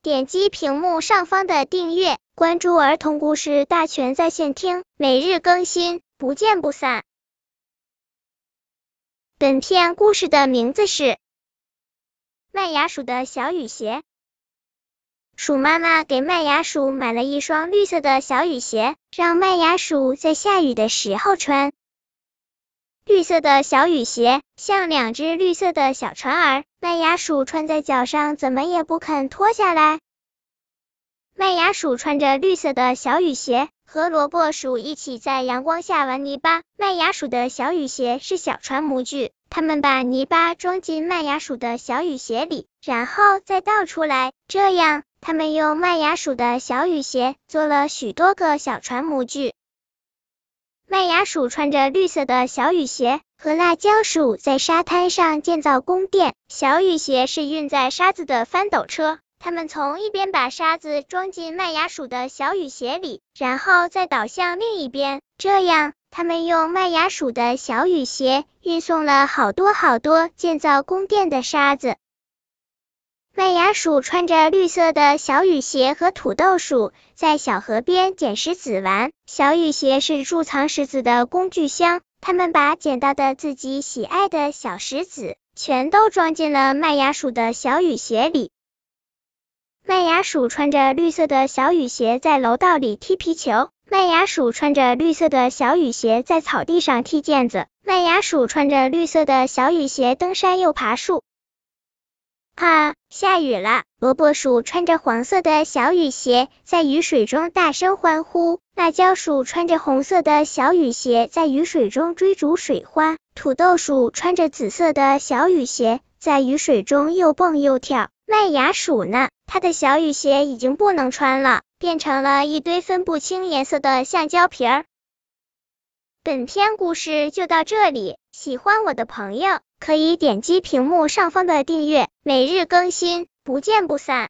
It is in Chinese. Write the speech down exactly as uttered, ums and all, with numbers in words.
点击屏幕上方的订阅，关注儿童故事大全在线听，每日更新，不见不散。本片故事的名字是麦芽薯的小雨鞋。鼠妈妈给麦芽薯买了一双绿色的小雨鞋，让麦芽薯在下雨的时候穿。绿色的小雨鞋像两只绿色的小船儿，麦芽薯穿在脚上怎么也不肯脱下来。麦芽薯穿着绿色的小雨鞋，和萝卜薯一起在阳光下玩泥巴。麦芽薯的小雨鞋是小船模具，他们把泥巴装进麦芽薯的小雨鞋里，然后再倒出来，这样他们用麦芽薯的小雨鞋做了许多个小船模具。麦芽薯穿着绿色的小雨鞋，和辣椒薯在沙滩上建造宫殿。小雨鞋是运载沙子的翻斗车，他们从一边把沙子装进麦芽薯的小雨鞋里，然后再倒向另一边，这样他们用麦芽薯的小雨鞋运送了好多好多建造宫殿的沙子。麦芽薯穿着绿色的小雨鞋和土豆薯在小河边捡石子玩。小雨鞋是贮藏石子的工具箱，他们把捡到的自己喜爱的小石子全都装进了麦芽薯的小雨鞋里。麦芽薯穿着绿色的小雨鞋在楼道里踢皮球，麦芽薯穿着绿色的小雨鞋在草地上踢毽子，麦芽薯穿着绿色的小雨鞋登山又爬树。啊，下雨了！萝卜薯穿着黄色的小雨鞋在雨水中大声欢呼，辣椒薯穿着红色的小雨鞋在雨水中追逐水花，土豆薯穿着紫色的小雨鞋在雨水中又蹦又跳。麦芽薯呢？它的小雨鞋已经不能穿了，变成了一堆分不清颜色的橡胶皮儿。本篇故事就到这里，喜欢我的朋友可以点击屏幕上方的订阅，每日更新，不见不散。